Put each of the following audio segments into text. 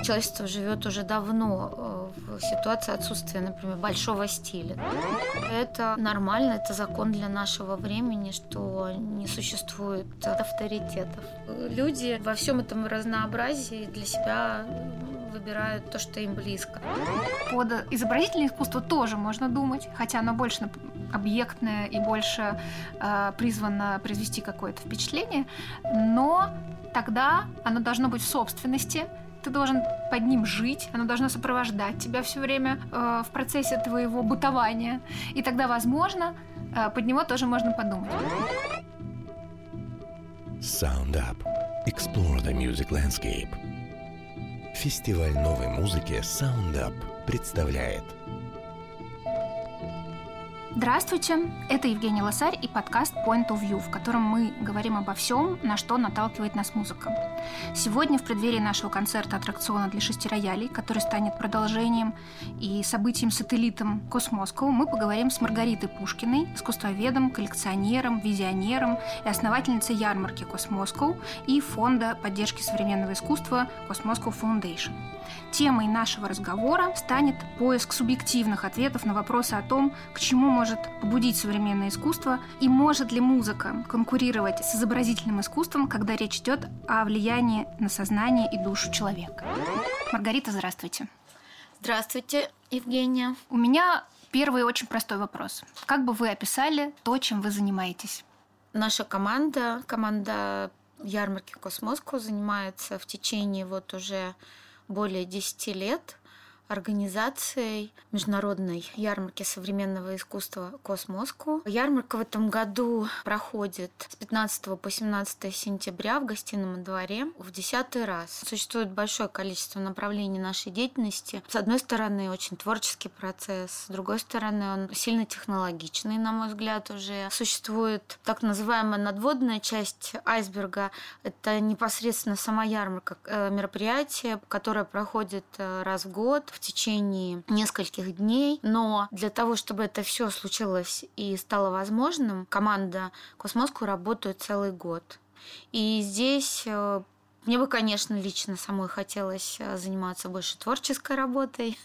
человечество живет уже давно в ситуации отсутствия, например, большого стиля. Это нормально, это закон для нашего времени, что не существует авторитетов. Люди во всем этом разнообразии для себя выбирают то, что им близко. Под изобразительное искусство тоже можно думать, хотя оно больше объектное и больше призвано произвести какое-то впечатление, но тогда оно должно быть в собственности, ты должен под ним жить, оно должно сопровождать тебя все время в процессе твоего бытования, и тогда, возможно, под него тоже можно подумать. Sound Up. Explore the music landscape. Фестиваль новой музыки Sound Up представляет. Здравствуйте, это Евгения Лосарь и подкаст Point of View, в котором мы говорим обо всем, на что наталкивает нас музыка. Сегодня, в преддверии нашего концерта-аттракциона для 6 роялей, который станет продолжением и событием-сателлитом Космоскоу, мы поговорим с Маргаритой Пушкиной, искусствоведом, коллекционером, визионером и основательницей ярмарки Космоскоу и фонда поддержки современного искусства Космоскоу Foundation. Темой нашего разговора станет поиск субъективных ответов на вопросы о том, к чему может побудить современное искусство и может ли музыка конкурировать с изобразительным искусством, когда речь идет о влиянии на сознание и душу человека. Маргарита, здравствуйте. Здравствуйте, Евгения. У меня первый очень простой вопрос. Как бы вы описали то, чем вы занимаетесь? Наша команда ярмарки Космоскоу занимается в течение уже более 10 лет организацией международной ярмарки современного искусства Космоскоу. Ярмарка в этом году проходит с 15 по 17 сентября в Гостином дворе в 10-й раз. Существует большое количество направлений нашей деятельности. С одной стороны, очень творческий процесс, с другой стороны, он сильно технологичный, на мой взгляд, уже. Существует так называемая надводная часть айсберга. Это непосредственно сама ярмарка, мероприятие, которое проходит раз в год, в течение нескольких дней, но для того, чтобы это все случилось и стало возможным, команда Космоскоу работает целый год. И здесь мне бы, конечно, лично самой хотелось заниматься больше творческой работой,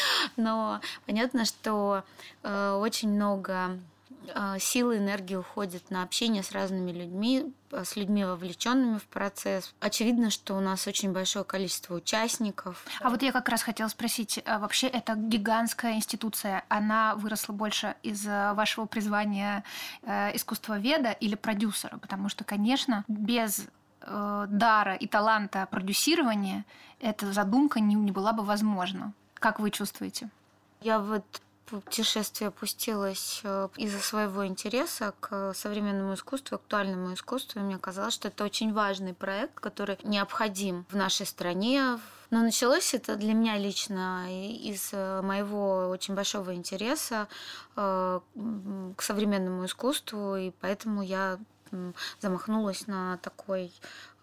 но понятно, что очень много силы и энергии уходит на общение с разными людьми, с людьми, вовлеченными в процесс. Очевидно, что у нас очень большое количество участников. А вот я как раз хотела спросить, вообще это гигантская институция, она выросла больше из вашего призвания искусствоведа или продюсера? Потому что, конечно, без дара и таланта продюсирования эта задумка не была бы возможна. Как вы чувствуете? Я путешествие опустилась из-за своего интереса к современному искусству, актуальному искусству. И мне казалось, что это очень важный проект, который необходим в нашей стране. Но началось это для меня лично из моего очень большого интереса к современному искусству, и поэтому я замахнулась на такой,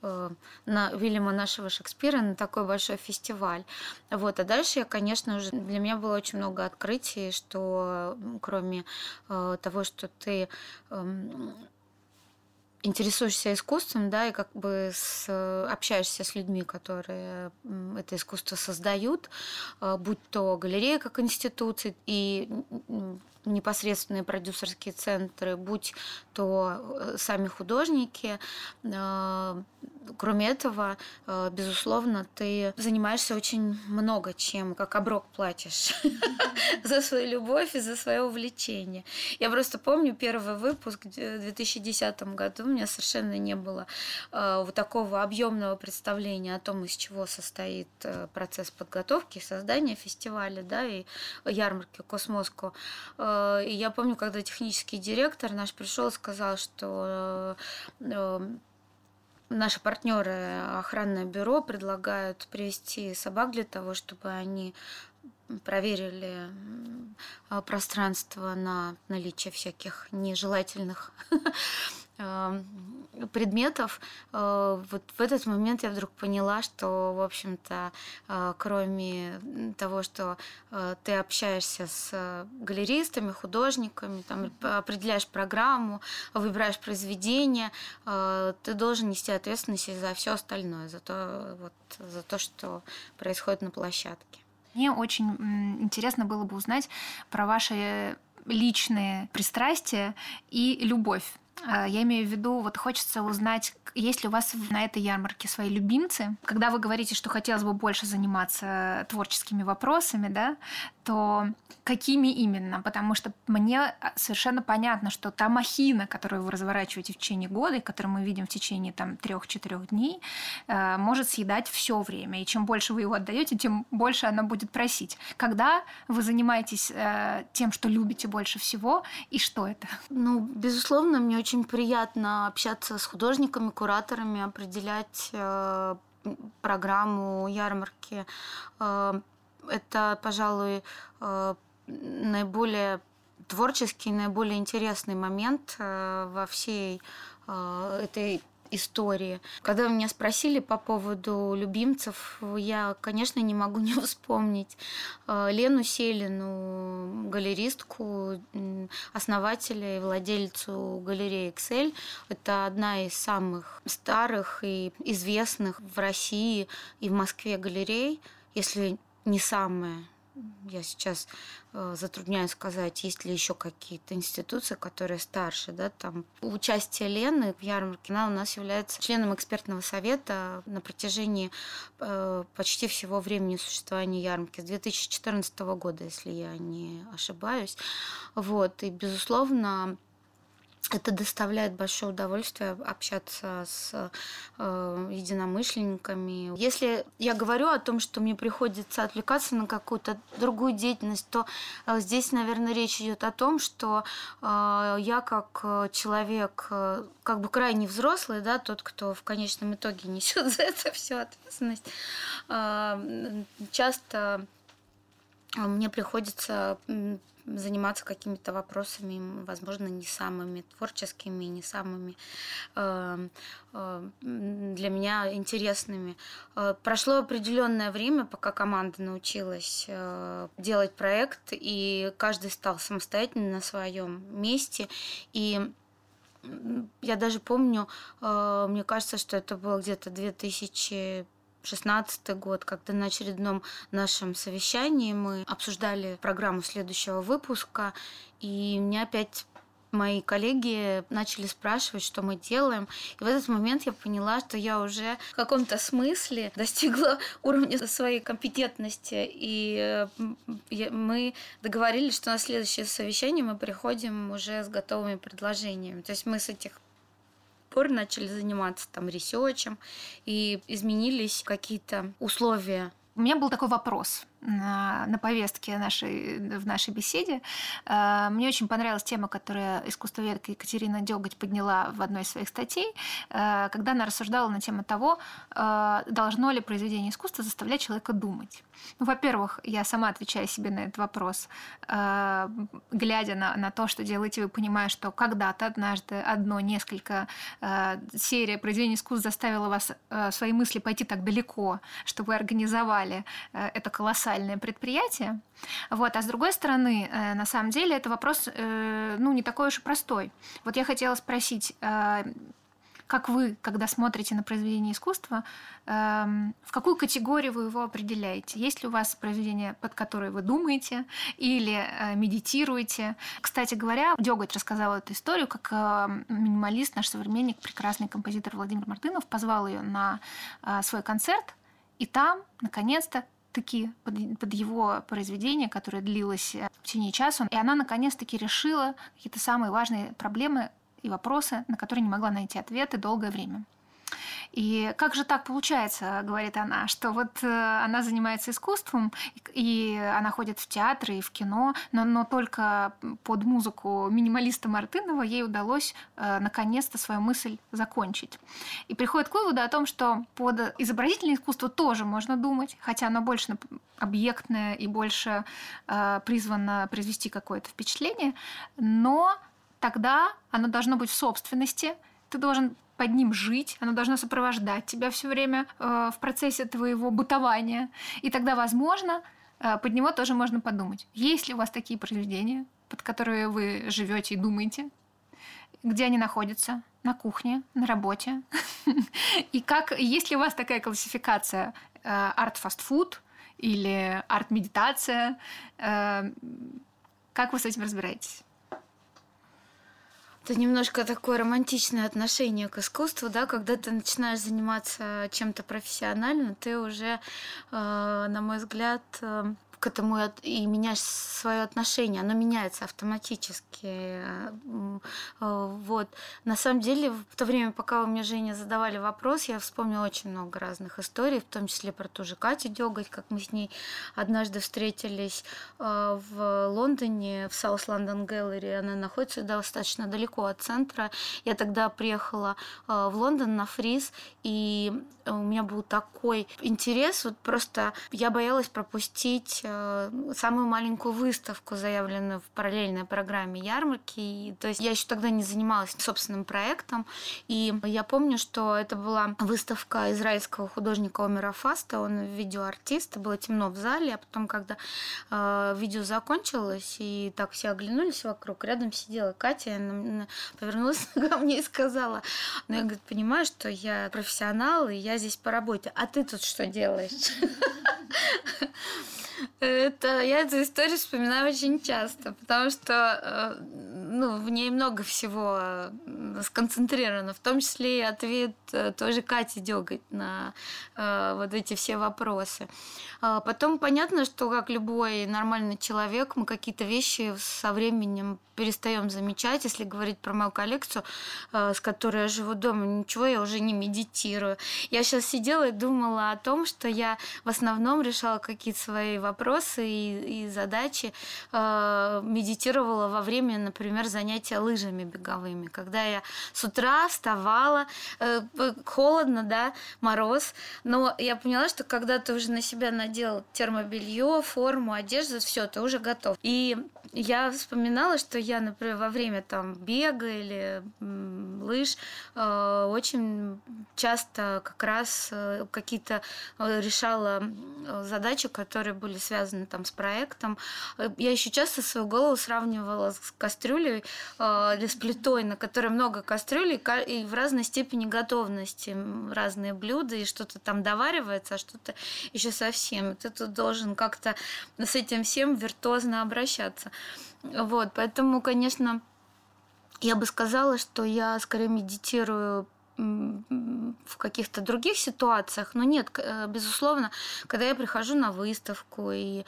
на Вильяма нашего Шекспира, на такой большой фестиваль. А дальше, конечно, уже для меня было очень много открытий, что кроме того, что ты интересуешься искусством, да, и общаешься с людьми, которые это искусство создают, будь то галерея как институции и непосредственные продюсерские центры, будь то сами художники. Кроме этого, безусловно, ты занимаешься очень много чем, как оброк платишь за свою любовь и за свое увлечение. Я просто помню первый выпуск в 2010 году, у меня совершенно не было такого объемного представления о том, из чего состоит процесс подготовки, создания фестиваля, да, и ярмарки Космоскоу. И я помню, когда технический директор наш пришел и сказал, что наши партнеры, охранное бюро, предлагают привести собак для того, чтобы они проверили пространство на наличие всяких нежелательных предметов. Вот в этот момент я вдруг поняла, что, в общем-то, кроме того, что ты общаешься с галеристами, художниками, там, определяешь программу, выбираешь произведение, ты должен нести ответственность и за все остальное, за то, что происходит на площадке. Мне очень интересно было бы узнать про ваши личные пристрастия и любовь. Я имею в виду, вот хочется узнать, есть ли у вас на этой ярмарке свои любимцы. Когда вы говорите, что хотелось бы больше заниматься творческими вопросами, да, то какими именно? Потому что мне совершенно понятно, что та махина, которую вы разворачиваете в течение года, и которую мы видим в течение 3-4 дней, может съедать все время. И чем больше вы его отдаете, тем больше она будет просить. Когда вы занимаетесь тем, что любите больше всего, и что это? Безусловно, мне очень приятно общаться с художниками, кураторами, определять программу ярмарки. Это, пожалуй, наиболее творческий, наиболее интересный момент во всей этой истории. Когда вы меня спросили по поводу любимцев, я, конечно, не могу не вспомнить Лену Селину, галеристку, основателя и владельцу галереи «Эксель». Это одна из самых старых и известных в России и в Москве галерей, если не самая. Я сейчас затрудняюсь сказать, есть ли еще какие-то институции, которые старше. Да? Там участие Лены в ярмарке, она у нас является членом экспертного совета на протяжении почти всего времени существования ярмарки, с 2014 года, если я не ошибаюсь. И, безусловно, это доставляет большое удовольствие общаться с единомышленниками. Если я говорю о том, что мне приходится отвлекаться на какую-то другую деятельность, то здесь, наверное, речь идет о том, что я как человек как бы крайне взрослый, да, тот, кто в конечном итоге несет за это всю ответственность, часто мне приходится заниматься какими-то вопросами, возможно, не самыми творческими, не самыми для меня интересными. Прошло определенное время, пока команда научилась делать проект, и каждый стал самостоятельно на своем месте. И я даже помню, мне кажется, что это было где-то 2016 год, когда на очередном нашем совещании мы обсуждали программу следующего выпуска, и мне опять мои коллеги начали спрашивать, что мы делаем. И в этот момент я поняла, что я уже в каком-то смысле достигла уровня своей компетентности. И мы договорились, что на следующее совещание мы приходим уже с готовыми предложениями. То есть мы с этих пор начали заниматься ресерчем, и изменились какие-то условия. У меня был такой вопрос на повестке в нашей беседе. Мне очень понравилась тема, которую искусствоведка Екатерина Дёготь подняла в одной из своих статей, когда она рассуждала на тему того, должно ли произведение искусства заставлять человека думать. Во-первых, я сама отвечаю себе на этот вопрос, глядя на то, что делаете вы, понимая, что когда-то, однажды, несколько серий произведений искусства заставила вас свои мысли пойти так далеко, что вы организовали это колоссальное предприятие. А с другой стороны, на самом деле, это вопрос не такой уж и простой. Я хотела спросить, как вы, когда смотрите на произведение искусства, в какую категорию вы его определяете? Есть ли у вас произведение, под которое вы думаете или медитируете? Кстати говоря, Дёготь рассказала эту историю, как минималист, наш современник, прекрасный композитор Владимир Мартынов позвал ее на свой концерт, и там, наконец-то, под его произведение, которое длилось в течение часа, и она наконец-таки решила какие-то самые важные проблемы и вопросы, на которые не могла найти ответы долгое время. И как же так получается, говорит она, что она занимается искусством, и она ходит в театры и в кино, но только под музыку минималиста Мартынова ей удалось наконец-то свою мысль закончить. И приходит к выводу о том, что под изобразительное искусство тоже можно думать, хотя оно больше объектное и больше призвано произвести какое-то впечатление, но тогда оно должно быть в собственности. Ты должен под ним жить, оно должно сопровождать тебя все время в процессе твоего бытования. И тогда, возможно, под него тоже можно подумать. Есть ли у вас такие произведения, под которые вы живете и думаете? Где они находятся? На кухне, на работе? И есть ли у вас такая классификация арт-фастфуд или арт-медитация? Как вы с этим разбираетесь? Это немножко такое романтичное отношение к искусству, да, когда ты начинаешь заниматься чем-то профессионально, ты уже, на мой взгляд, к этому и меняешь свое отношение, оно меняется автоматически. Вот. На самом деле, в то время, пока вы мне, Женя, задавали вопрос, я вспомнила очень много разных историй, в том числе про ту же Катю Дёготь, как мы с ней однажды встретились в Лондоне, в South London Gallery. Она находится достаточно далеко от центра. Я тогда приехала в Лондон на фриз, и у меня был такой интерес, вот просто я боялась пропустить самую маленькую выставку, заявленную в параллельной программе ярмарки. И, то есть я еще тогда не занималась собственным проектом. И я помню, что это была выставка израильского художника Омера Фаста. Он видеоартист. Было темно в зале. А потом, когда видео закончилось, и так все оглянулись вокруг, рядом сидела Катя. Она повернулась ко мне и сказала: ну, я, говорит, понимаю, что я профессионал, и я здесь по работе. А ты тут что делаешь? Я эту историю вспоминаю очень часто, потому что в ней много всего сконцентрировано, в том числе и ответ той же Кати Дёготь на вот эти все вопросы. Потом понятно, что, как любой нормальный человек, мы какие-то вещи со временем перестаем замечать. Если говорить про мою коллекцию, с которой я живу дома, ничего я уже не медитирую. Я сейчас сидела и думала о том, что я в основном решала какие-то свои вопросы и задачи, медитировала во время, например, занятия лыжами беговыми. Когда я с утра вставала, холодно, да, мороз, но я поняла, что когда ты уже на себя надел термобелье, форму, одежду, все, ты уже готов. И я вспоминала, что я, например, во время бега или лыж очень часто как раз какие-то решала задачи, которые были связаны с проектом. Я еще часто свою голову сравнивала с кастрюлей или с плитой, на которой много кастрюлей, и в разной степени готовности разные блюда, и что-то там доваривается, а что-то еще совсем. И ты тут должен как-то с этим всем виртуозно обращаться. Вот, поэтому, конечно, я бы сказала, что я скорее медитирую в каких-то других ситуациях, но нет, безусловно, когда я прихожу на выставку и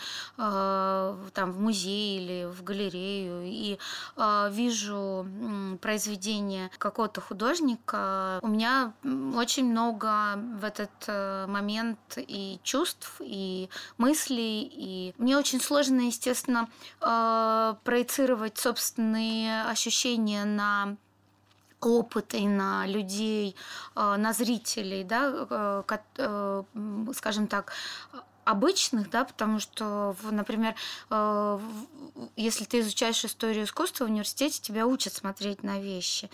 в музей или в галерею и вижу произведение какого-то художника, у меня очень много в этот момент и чувств, и мыслей, и мне очень сложно, естественно, проецировать собственные ощущения на опыт и на людей, на зрителей, да, скажем так, обычных, да, потому что, например, если ты изучаешь историю искусства в университете, тебя учат смотреть на вещи.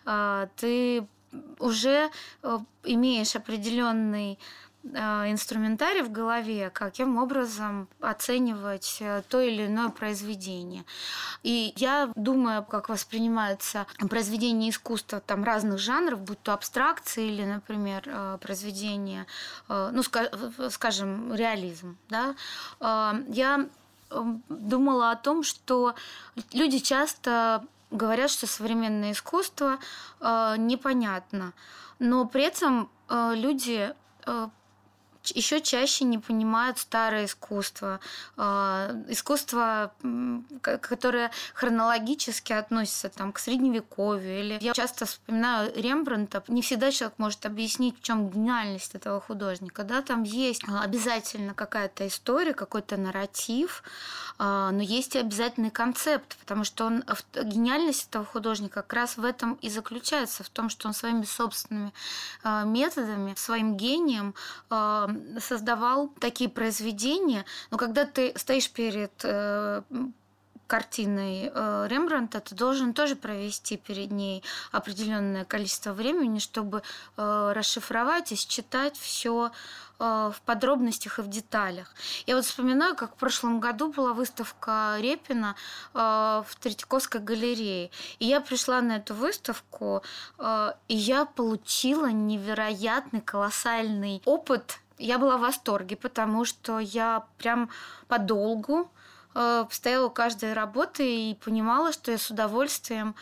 Ты уже имеешь определенный инструментарий в голове, каким образом оценивать то или иное произведение. И я думаю, как воспринимается произведение искусства разных жанров, будь то абстракции или, например, произведение, скажем, реализм. Да? Я думала о том, что люди часто говорят, что современное искусство непонятно, но при этом люди еще чаще не понимают старое искусство, искусство, которое хронологически относится к средневековью. Или я часто вспоминаю Рембрандта. Не всегда человек может объяснить, в чем гениальность этого художника. Да? Там есть обязательно какая-то история, какой-то нарратив, но есть и обязательный концепт, потому что гениальность этого художника как раз в этом и заключается, в том, что он своими собственными методами, своим гением создавал такие произведения, но когда ты стоишь перед картиной Рембрандта, ты должен тоже провести перед ней определенное количество времени, чтобы расшифровать и считать все в подробностях и в деталях. Я вот вспоминаю, как в прошлом году была выставка Репина в Третьяковской галерее. И я пришла на эту выставку, и я получила невероятный, колоссальный опыт. Я была в восторге, потому что я прям подолгу стояла у каждой работы и понимала, что я с удовольствием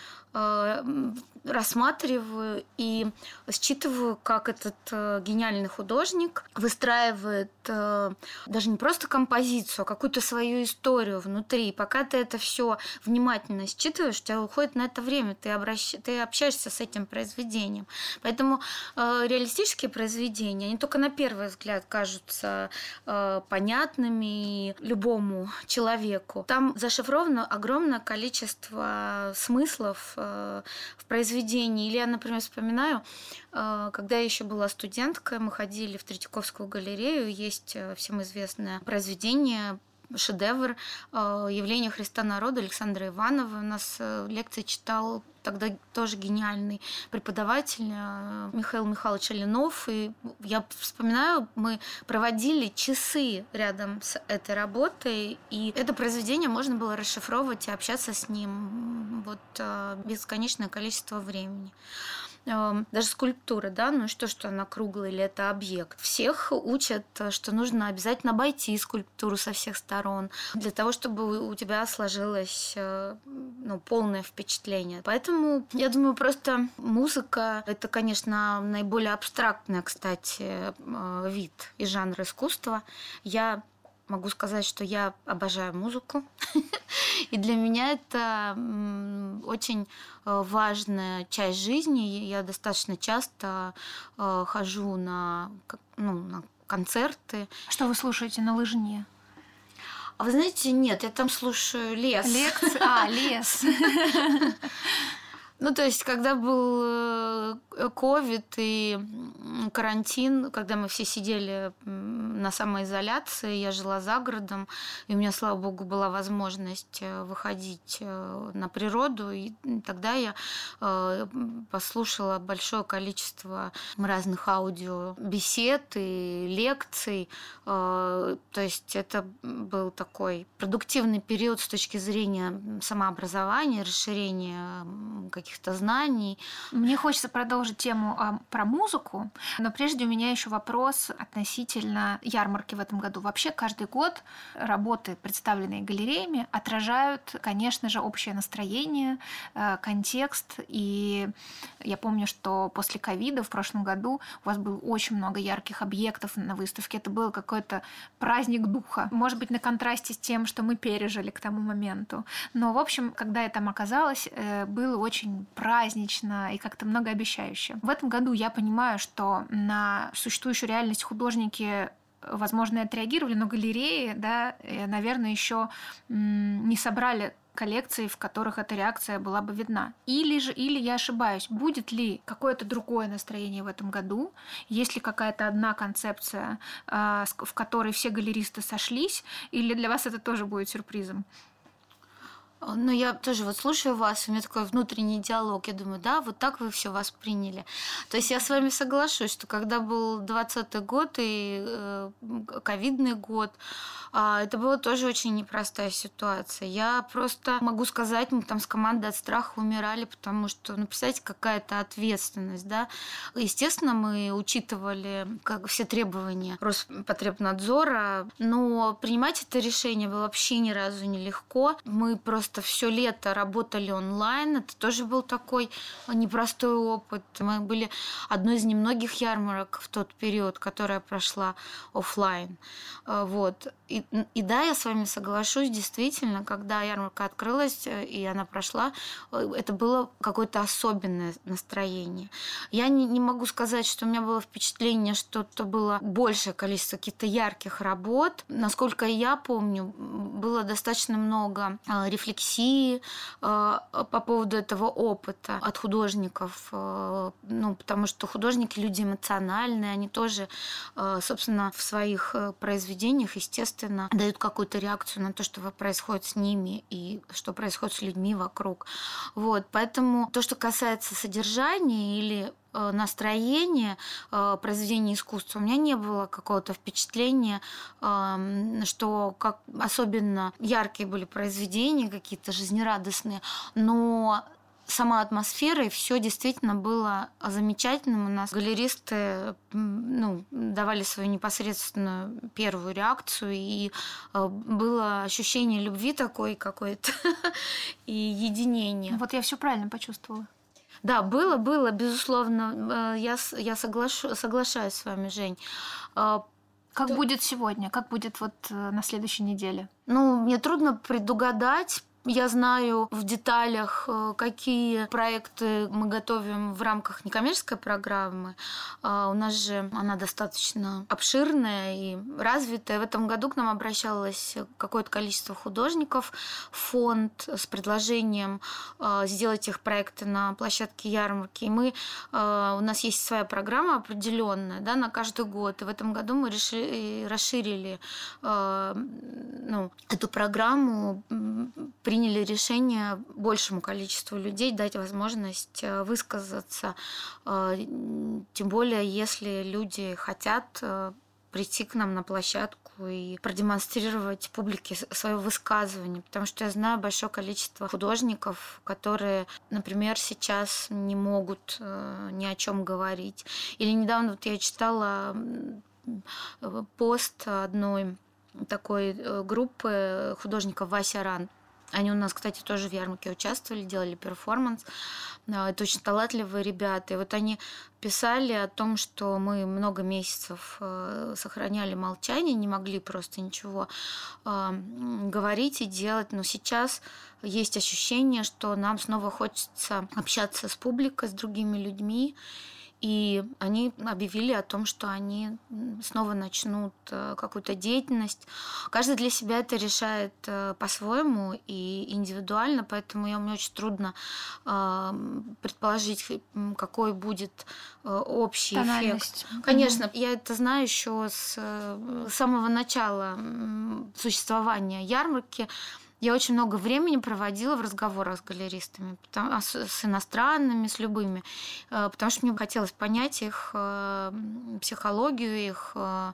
рассматриваю и считываю, как этот гениальный художник выстраивает даже не просто композицию, а какую-то свою историю внутри. И пока ты это все внимательно считываешь, у тебя уходит на это время, ты общаешься с этим произведением. Поэтому реалистические произведения, они только на первый взгляд кажутся понятными любому человеку. Там зашифровано огромное количество смыслов в произведении. Или я, например, вспоминаю, когда я еще была студенткой, мы ходили в Третьяковскую галерею, есть всем известное произведение, шедевр «Явление Христа народу» Александра Иванова. У нас лекции читал тогда тоже гениальный преподаватель Михаил Михайлович Алинов. И я вспоминаю, мы проводили часы рядом с этой работой, и это произведение можно было расшифровывать и общаться с ним бесконечное количество времени. Даже скульптура, да, ну что она круглая или это объект. Всех учат, что нужно обязательно обойти скульптуру со всех сторон для того, чтобы у тебя сложилось полное впечатление. Поэтому, я думаю, просто музыка – это, конечно, наиболее абстрактный, кстати, вид и жанр искусства. Я могу сказать, что я обожаю музыку. И для меня это очень важная часть жизни. Я достаточно часто хожу на концерты. Что вы слушаете на лыжне? А вы знаете, нет, я там слушаю лес. Лес. То есть, когда был ковид и карантин, когда мы все сидели на самоизоляции, я жила за городом, и у меня, слава богу, была возможность выходить на природу, и тогда я послушала большое количество разных аудиобесед и лекций. То есть, это был такой продуктивный период с точки зрения самообразования, расширения каких-то знаний. Мне хочется продолжить тему про музыку, но прежде у меня еще вопрос относительно ярмарки в этом году. Вообще каждый год работы, представленные галереями, отражают, конечно же, общее настроение, контекст. И я помню, что после ковида в прошлом году у вас было очень много ярких объектов на выставке. Это был какой-то праздник духа. Может быть, на контрасте с тем, что мы пережили к тому моменту. Но, в общем, когда я там оказалась, было очень празднично и как-то многообещающе. В этом году я понимаю, что на существующую реальность художники, возможно, отреагировали, но галереи, да, наверное, еще не собрали коллекции, в которых эта реакция была бы видна. Или я ошибаюсь, будет ли какое-то другое настроение в этом году, есть ли какая-то одна концепция, в которой все галеристы сошлись, или для вас это тоже будет сюрпризом? Я тоже слушаю вас, у меня такой внутренний диалог. Я думаю, да, вот так вы все восприняли. То есть я с вами соглашусь, что когда был 2020 год и ковидный год, это была тоже очень непростая ситуация. Я просто могу сказать, мы там с командой от страха умирали, потому что, представляете, какая-то ответственность, да. Естественно, мы учитывали все требования Роспотребнадзора, но принимать это решение было вообще ни разу не легко. Мы просто все лето работали онлайн. Это тоже был такой непростой опыт. Мы были одной из немногих ярмарок в тот период, которая прошла офлайн. И да, я с вами соглашусь, действительно, когда ярмарка открылась и она прошла, это было какое-то особенное настроение. Я не могу сказать, что у меня было впечатление, что это было большее количество каких-то ярких работ. Насколько я помню, было достаточно много рефлексии по поводу этого опыта от художников, потому что художники — люди эмоциональные, они тоже, собственно, в своих произведениях, естественно, естественно, дают какую-то реакцию на то, что происходит с ними и что происходит с людьми вокруг. Вот. Поэтому то, что касается содержания или настроения произведения искусства, у меня не было какого-то впечатления, что особенно яркие были произведения, какие-то жизнерадостные, но сама атмосфера и все действительно было замечательным. У нас галеристы давали свою непосредственную первую реакцию, и было ощущение любви такой какой-то и единения. Вот я все правильно почувствовала. Да, было, безусловно. Я соглашаюсь с вами, Жень. Как будет сегодня? Как будет на следующей неделе? Мне трудно предугадать. Я знаю в деталях, какие проекты мы готовим в рамках некоммерческой программы. У нас же она достаточно обширная и развитая. В этом году к нам обращалось какое-то количество художников в фонд с предложением сделать их проекты на площадке ярмарки. И у нас есть своя программа определенная, да, на каждый год. И в этом году мы расширили эту программу, приняли решение большему количеству людей дать возможность высказаться, тем более, если люди хотят прийти к нам на площадку и продемонстрировать публике свое высказывание, потому что я знаю большое количество художников, которые, например, сейчас не могут ни о чем говорить. Или недавно я читала пост одной такой группы художников Вася Ран. Они у нас, кстати, тоже в ярмарке участвовали, делали перформанс. Это очень талантливые ребята. И они писали о том, что мы много месяцев сохраняли молчание, не могли просто ничего говорить и делать. Но сейчас есть ощущение, что нам снова хочется общаться с публикой, с другими людьми. И они объявили о том, что они снова начнут какую-то деятельность. Каждый для себя это решает по-своему и индивидуально, поэтому мне очень трудно предположить, какой будет общий тональность. Эффект. Конечно, я это знаю еще с самого начала существования ярмарки. Я очень много времени проводила в разговорах с галеристами, с иностранными, с любыми, потому что мне хотелось понять их психологию, их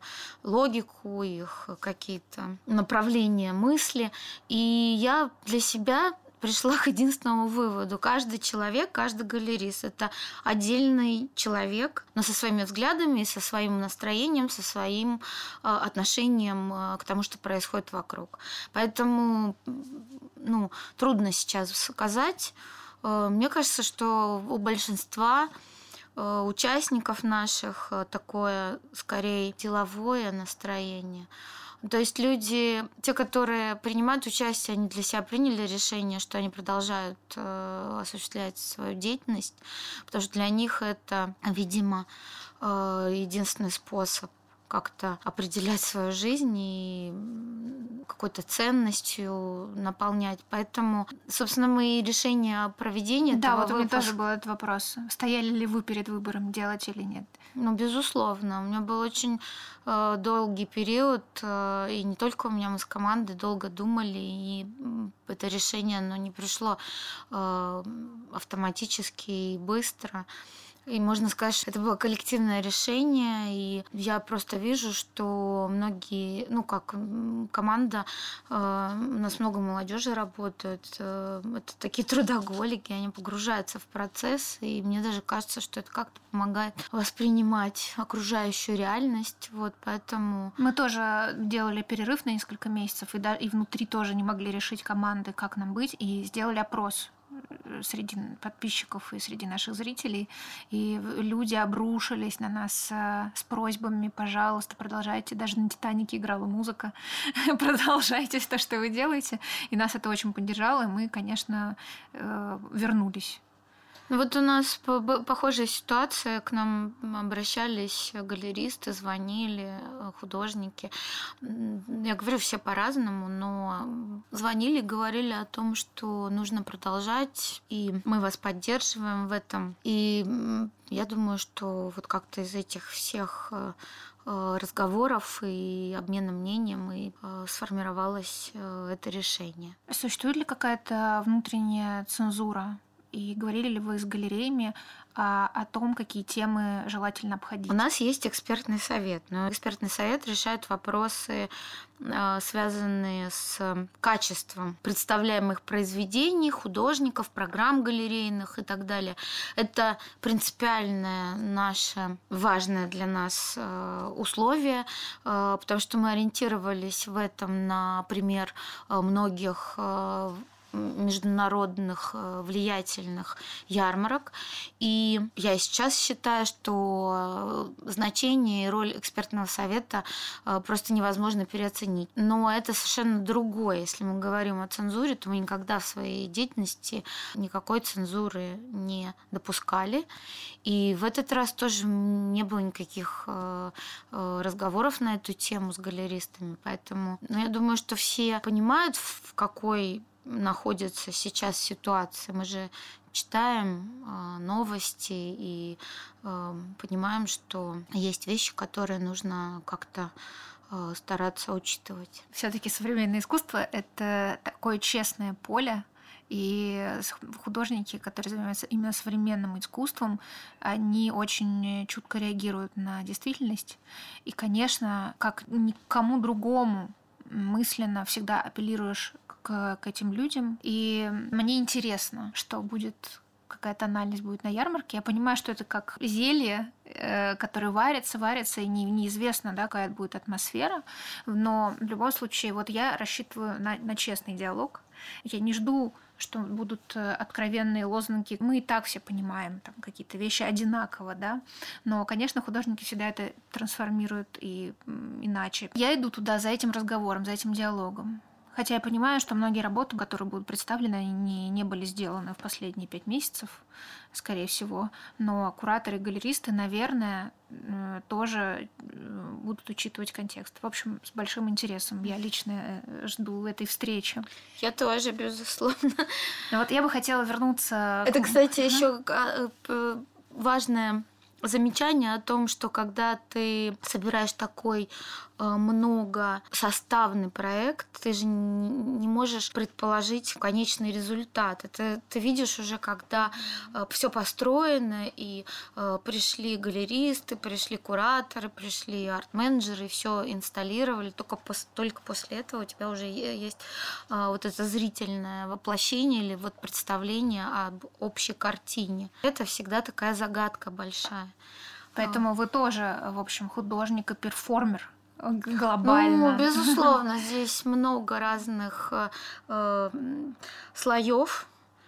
логику, их какие-то направления мысли. И я для себя пришла к единственному выводу. Каждый человек, каждый галерист – это отдельный человек, но со своими взглядами, со своим настроением, со своим отношением к тому, что происходит вокруг. Поэтому трудно сейчас сказать. Мне кажется, что у большинства участников наших такое, скорее, деловое настроение. То есть люди, те, которые принимают участие, они для себя приняли решение, что они продолжают осуществлять свою деятельность, потому что для них это, видимо, единственный способ как-то определять свою жизнь и какой-то ценностью наполнять. Поэтому, собственно, мы решение о проведении Да, этого у меня тоже был этот вопрос. Стояли ли вы перед выбором, делать или нет? Безусловно. У меня был очень долгий период, и не только у меня, мы с командой долго думали, и это решение, оно не пришло автоматически и быстро. И можно сказать, что это было коллективное решение, и я просто вижу, что многие, как команда, у нас много молодежи работает, это такие трудоголики, они погружаются в процесс, и мне даже кажется, что это как-то помогает воспринимать окружающую реальность, поэтому... Мы тоже делали перерыв на несколько месяцев, и внутри тоже не могли решить команды, как нам быть, и сделали опрос среди подписчиков и среди наших зрителей, и люди обрушились на нас с просьбами: пожалуйста, продолжайте, даже на «Титанике» играла музыка, продолжайте то, что вы делаете, и нас это очень поддержало, и мы, конечно, вернулись. Вот у нас похожая ситуация. К нам обращались галеристы, звонили художники. Я говорю, все по-разному, но звонили и говорили о том, что нужно продолжать, и мы вас поддерживаем в этом. И я думаю, что вот как-то из этих всех разговоров и обмена мнением и сформировалось это решение. Существует ли какая-то внутренняя цензура? И говорили ли вы с галереями о том, какие темы желательно обходить? У нас есть экспертный совет, но экспертный совет решает вопросы, связанные с качеством представляемых произведений, художников, программ галерейных и так далее. Это принципиальное наше, важное для нас условие, потому что мы ориентировались в этом на пример многих международных влиятельных ярмарок. И я сейчас считаю, что значение и роль экспертного совета просто невозможно переоценить. Но это совершенно другое. Если мы говорим о цензуре, то мы никогда в своей деятельности никакой цензуры не допускали. И в этот раз тоже не было никаких разговоров на эту тему с галеристами. Поэтому я думаю, что все понимают, в какой находится сейчас ситуация. Мы же читаем новости и понимаем, что есть вещи, которые нужно как-то стараться учитывать. Все-таки современное искусство — это такое честное поле, и художники, которые занимаются именно современным искусством, они очень чутко реагируют на действительность. И, конечно, как никому другому мысленно всегда апеллируешь к этим людям. И мне интересно, что будет, какая тональность будет на ярмарке. Я понимаю, что это как зелье, которое варится, и неизвестно, да, какая будет атмосфера. Но в любом случае, вот я рассчитываю на честный диалог. Я не жду, что будут откровенные лозунги. Мы и так все понимаем там какие-то вещи одинаково, да. Но, конечно, художники всегда это трансформируют и иначе. Я иду туда за этим разговором, за этим диалогом. Хотя я понимаю, что многие работы, которые будут представлены, они не были сделаны в последние 5 месяцев, скорее всего. Но кураторы и галеристы, наверное, тоже будут учитывать контекст. В общем, с большим интересом я лично жду этой встречи. Я тоже, безусловно. Но вот я бы хотела вернуться... Это, кстати, еще важное замечание о том, что когда ты собираешь такой многосоставный проект, ты же не можешь предположить конечный результат. Это ты видишь уже, когда все построено, и пришли галеристы, пришли кураторы, пришли арт-менеджеры, все инсталлировали. Только после этого у тебя уже есть вот это зрительное воплощение или вот представление об общей картине. Это всегда такая загадка большая. Поэтому вы тоже, в общем, художник и перформер глобально. Ну, безусловно, здесь много разных слоев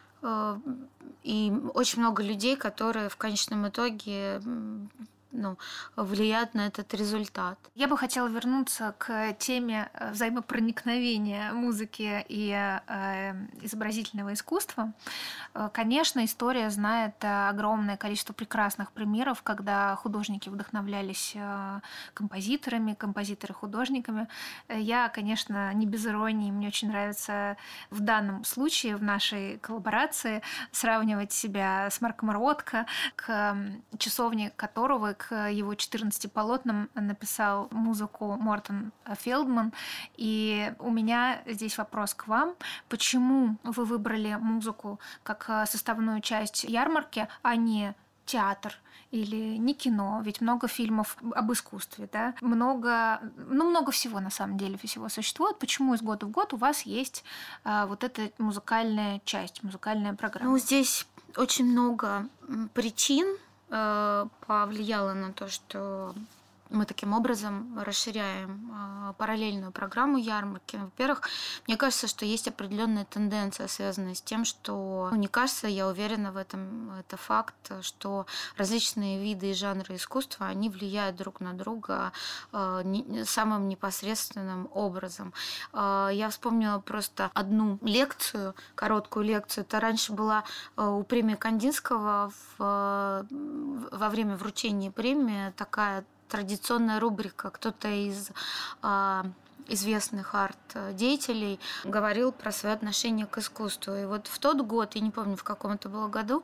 и очень много людей, которые в конечном итоге влияют на этот результат. Я бы хотела вернуться к теме взаимопроникновения музыки и изобразительного искусства. Конечно, история знает огромное количество прекрасных примеров, когда художники вдохновлялись композиторами, композиторы художниками. Я, конечно, не без иронии, мне очень нравится в данном случае, в нашей коллаборации, сравнивать себя с Марком Ротко, к часовне которого, к его 14 полотнам написал музыку Мортен Фелдман. И у меня здесь вопрос к вам. Почему вы выбрали музыку как составную часть ярмарки, а не театр или не кино? Ведь много фильмов об искусстве, да? Много всего на самом деле, всего существует. Почему из года в год у вас есть вот эта музыкальная часть, музыкальная программа? Ну, здесь очень много причин повлияло на то, что мы таким образом расширяем параллельную программу ярмарки. Во-первых, мне кажется, что есть определенная тенденция, связанная с тем, что, не кажется, я уверена в этом, это факт, что различные виды и жанры искусства, они влияют друг на друга самым непосредственным образом. Я вспомнила просто одну лекцию, короткую лекцию. Это раньше была у премии Кандинского во время вручения премии такая традиционная рубрика. Кто-то из известных арт-деятелей говорил про свое отношение к искусству. И вот в тот год, я не помню, в каком это было году,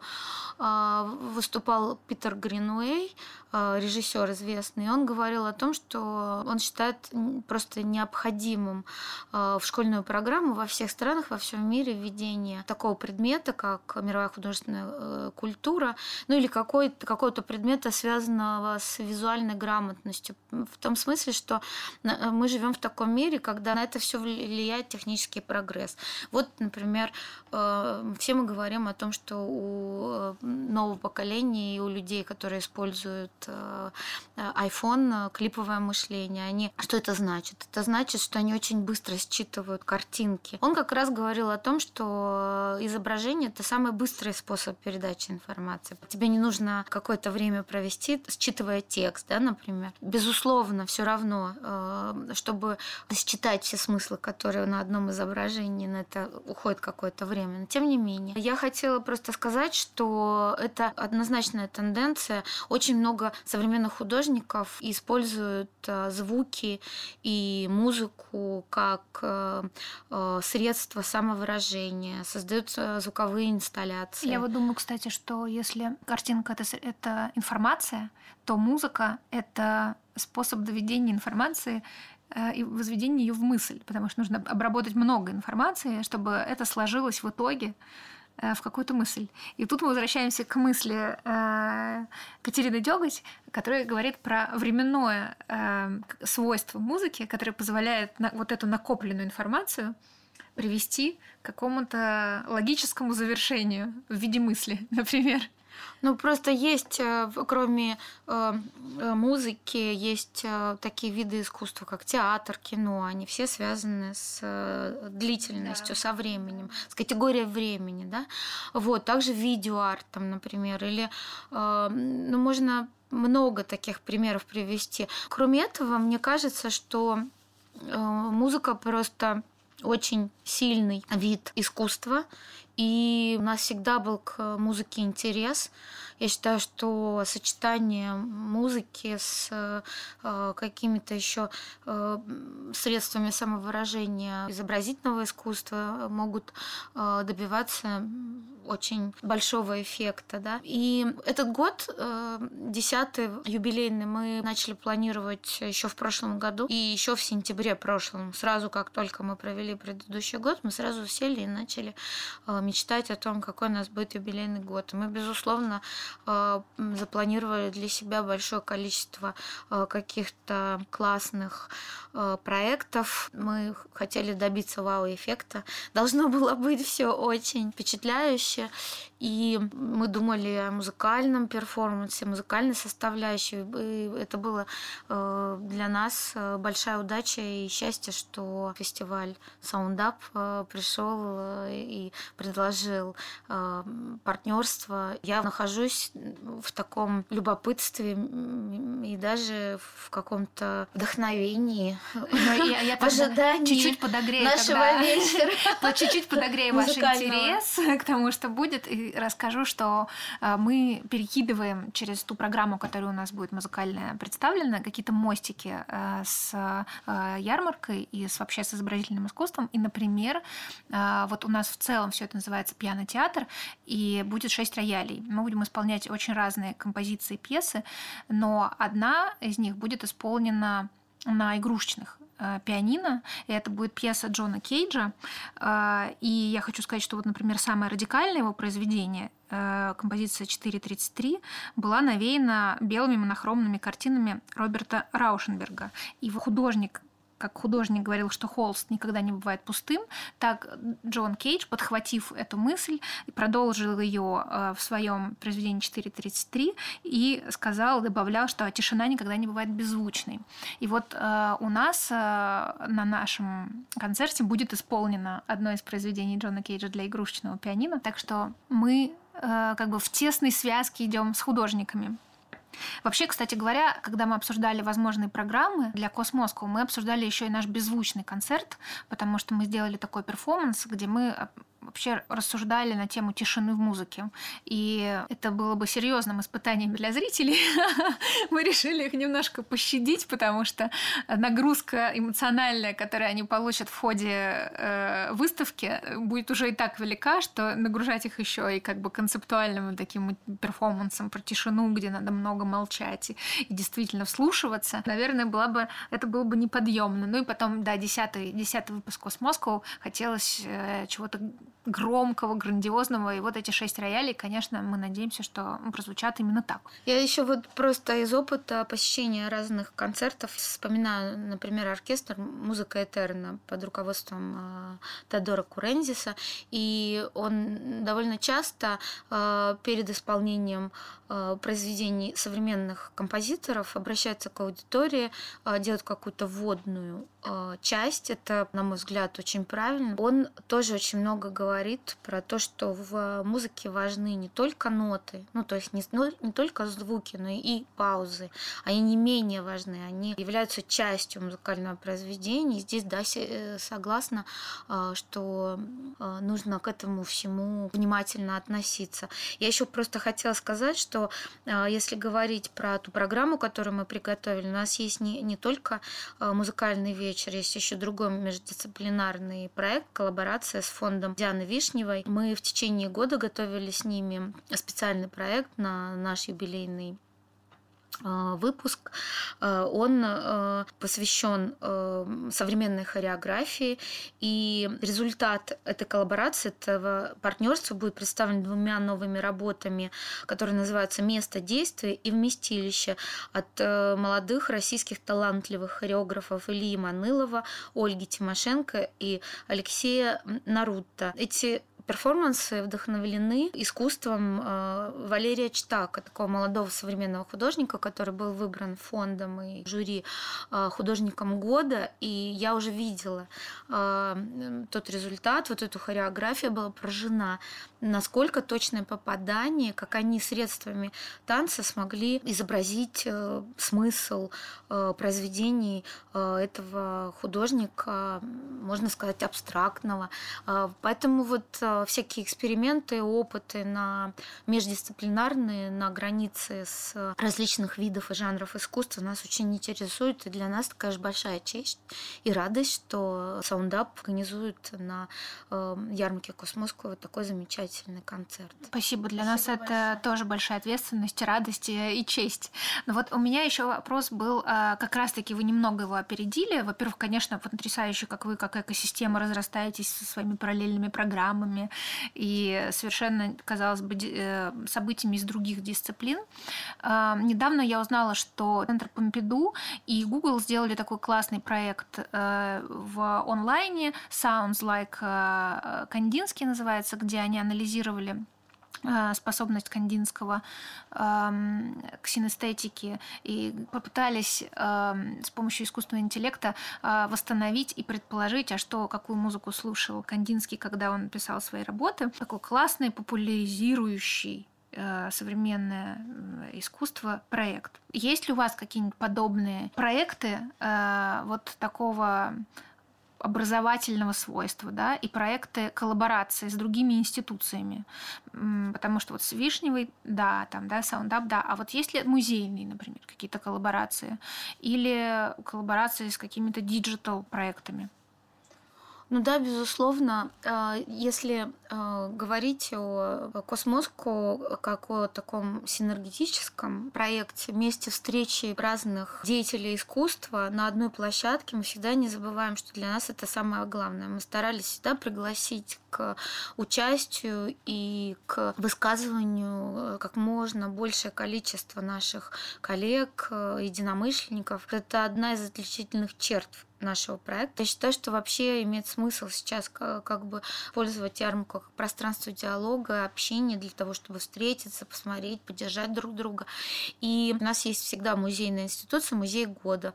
выступал Питер Гринуэй, режиссер известный, и он говорил о том, что он считает просто необходимым в школьную программу во всех странах, во всем мире введение такого предмета, как мировая художественная культура, ну или какого-то предмета, связанного с визуальной грамотностью. В том смысле, что мы живем в таком мире, когда на это все влияет технический прогресс. Вот, например, все мы говорим о том, что у нового поколения и у людей, которые используют iPhone, клиповое мышление. Что это значит? Это значит, что они очень быстро считывают картинки. Он как раз говорил о том, что изображение – это самый быстрый способ передачи информации. Тебе не нужно какое-то время провести, считывая текст, да, например. Безусловно, все равно, чтобы считать все смыслы, которые на одном изображении, на это уходит какое-то время. Но тем не менее, я хотела просто сказать, что это однозначная тенденция. Очень много современных художников используют звуки и музыку как средство самовыражения, создают звуковые инсталляции. Я вот думаю, кстати, что если картинка — это информация, то музыка — это способ доведения информации и возведения ее в мысль, потому что нужно обработать много информации, чтобы это сложилось в итоге в какую-то мысль. И тут мы возвращаемся к мысли Катерины Дёготь, которая говорит про временное свойство музыки, которое позволяет вот эту накопленную информацию привести к какому-то логическому завершению в виде мысли, например. Ну, просто есть, кроме музыки, есть такие виды искусства, как театр, кино. Они все связаны с длительностью, со временем, с категорией времени, да. Вот, также видеоарт, там, например, или, можно много таких примеров привести. Кроме этого, мне кажется, что музыка просто очень сильный вид искусства, и у нас всегда был к музыке интерес. Я считаю, что сочетание музыки с какими-то еще средствами самовыражения изобразительного искусства могут добиваться очень большого эффекта. Да? И этот год, 10-й юбилейный, мы начали планировать еще в прошлом году. И еще в сентябре прошлом, сразу как только мы провели предыдущий год, мы сразу сели и начали мечтать о том, какой у нас будет юбилейный год. И мы, безусловно, запланировали для себя большое количество каких-то классных проектов. Мы хотели добиться вау-эффекта. Должно было быть все очень впечатляюще. И мы думали о музыкальном перформансе, музыкальной составляющей. И это было для нас большая удача и счастье, что фестиваль Sound Up пришел и предложил партнерство. Я нахожусь в таком любопытстве и даже в каком-то вдохновении, в ожидании чуть-чуть подогрею нашего вечера. Чуть-чуть подогрею ваш интерес к тому, что будет, и расскажу, что мы перекидываем через ту программу, которая у нас будет музыкальная представлена, какие-то мостики с ярмаркой и вообще с изобразительным искусством. И, например, вот у нас в целом все это называется пиано-театр, и будет 6 роялей. Мы будем исполнять очень разные композиции, пьесы, но одна из них будет исполнена на игрушечных пианино, и это будет пьеса Джона Кейджа. И я хочу сказать, что вот, например, самое радикальное его произведение, композиция 4.33, была навеяна белыми монохромными картинами Роберта Раушенберга. И художник, как художник говорил, что холст никогда не бывает пустым, так Джон Кейдж, подхватив эту мысль, продолжил ее в своем произведении 4:33 и добавлял, что тишина никогда не бывает беззвучной. И вот у нас на нашем концерте будет исполнено одно из произведений Джона Кейджа для игрушечного пианино, так что мы в тесной связке идем с художниками. Вообще, кстати говоря, когда мы обсуждали возможные программы для Космоскоу, мы обсуждали еще и наш беззвучный концерт, потому что мы сделали такой перформанс, где мы вообще рассуждали на тему тишины в музыке. И это было бы серьезным испытанием для зрителей. Мы решили их немножко пощадить, потому что нагрузка эмоциональная, которую они получат в ходе выставки, будет уже и так велика, что нагружать их еще и концептуальным таким перформансом про тишину, где надо много молчать и действительно вслушиваться, наверное, это было бы неподъемно. Ну и потом, 10-й выпуск Космоскоу, хотелось чего-то громкого, грандиозного. И вот эти 6 роялей, конечно, мы надеемся, что прозвучат именно так. Я еще просто из опыта посещения разных концертов вспоминаю, например, оркестр «Музыка Этерна» под руководством Теодора Курензиса. И он довольно часто перед исполнением произведений современных композиторов обращается к аудитории, делает какую-то вводную часть. Это, на мой взгляд, очень правильно. Он тоже очень много говорит про то, что в музыке важны не только ноты, то есть не только звуки, но и паузы. Они не менее важны, они являются частью музыкального произведения. И здесь, согласна, что нужно к этому всему внимательно относиться. Я еще просто хотела сказать, что если говорить про ту программу, которую мы приготовили, у нас есть не только музыкальный вечер, есть еще другой междисциплинарный проект, коллаборация с фондом Дианы Вишневой. Мы в течение года готовили с ними специальный проект на наш юбилейный выпуск. Он посвящен современной хореографии, и результат этой коллаборации, этого партнерства будет представлен 2 новыми работами, которые называются «Место действия» и «Вместилище» от молодых российских талантливых хореографов Ильи Манылова, Ольги Тимошенко и Алексея Нарутта. Эти перформансы вдохновлены искусством Валерия Чтака, такого молодого современного художника, который был выбран фондом и жюри художником года. И я уже видела тот результат, эту хореографию была поражена, насколько точное попадание, как они средствами танца смогли изобразить смысл произведений этого художника, можно сказать, абстрактного. Поэтому всякие эксперименты, опыты междисциплинарные, на границе с различных видов и жанров искусства нас очень интересуют. И для нас такая же большая честь и радость, что SoundUp организует на ярмарке Космоскоу такой замечательный концерт. Спасибо. Для нас это тоже большая ответственность, радость и честь. Но у меня еще вопрос был, как раз-таки вы немного его опередили. Во-первых, конечно, потрясающе, как вы, как экосистема, разрастаетесь со своими параллельными программами и совершенно, казалось бы, событиями из других дисциплин. Недавно я узнала, что Центр Помпиду и Google сделали такой классный проект в онлайне, Sounds Like Кандинский называется, где они анализировали способность Кандинского к синестетике и попытались с помощью искусственного интеллекта восстановить и предположить, какую музыку слушал Кандинский, когда он писал свои работы. Такой классный, популяризирующий современное искусство проект. Есть ли у вас какие-нибудь подобные проекты такого образовательного свойства, да, и проекты коллаборации с другими институциями? Потому что с Вишневой, SoundUp, а есть ли музейные, например, какие-то коллаборации? Или коллаборации с какими-то диджитал-проектами? Безусловно, если говорить о Космоскоу как о таком синергетическом проекте, месте встречи разных деятелей искусства на одной площадке, мы всегда не забываем, что для нас это самое главное. Мы старались всегда пригласить к участию и к высказыванию как можно большее количество наших коллег, единомышленников. Это одна из отличительных черт нашего проекта. Я считаю, что вообще имеет смысл сейчас как бы пользовать ярмарку как пространство диалога, общения для того, чтобы встретиться, посмотреть, поддержать друг друга. И у нас есть всегда музейная институция, музей года.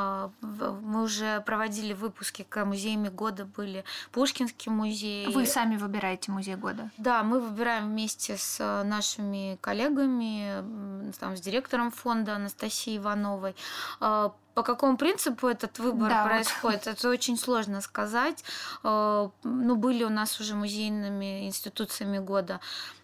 Мы уже проводили выпуски, к музеями года были Пушкинский музей. Вы сами выбираете музей года? Да, мы выбираем вместе с нашими коллегами, там, с директором фонда Анастасией Ивановой. По какому принципу этот выбор происходит, это очень сложно сказать. Были у нас уже музейными институциями года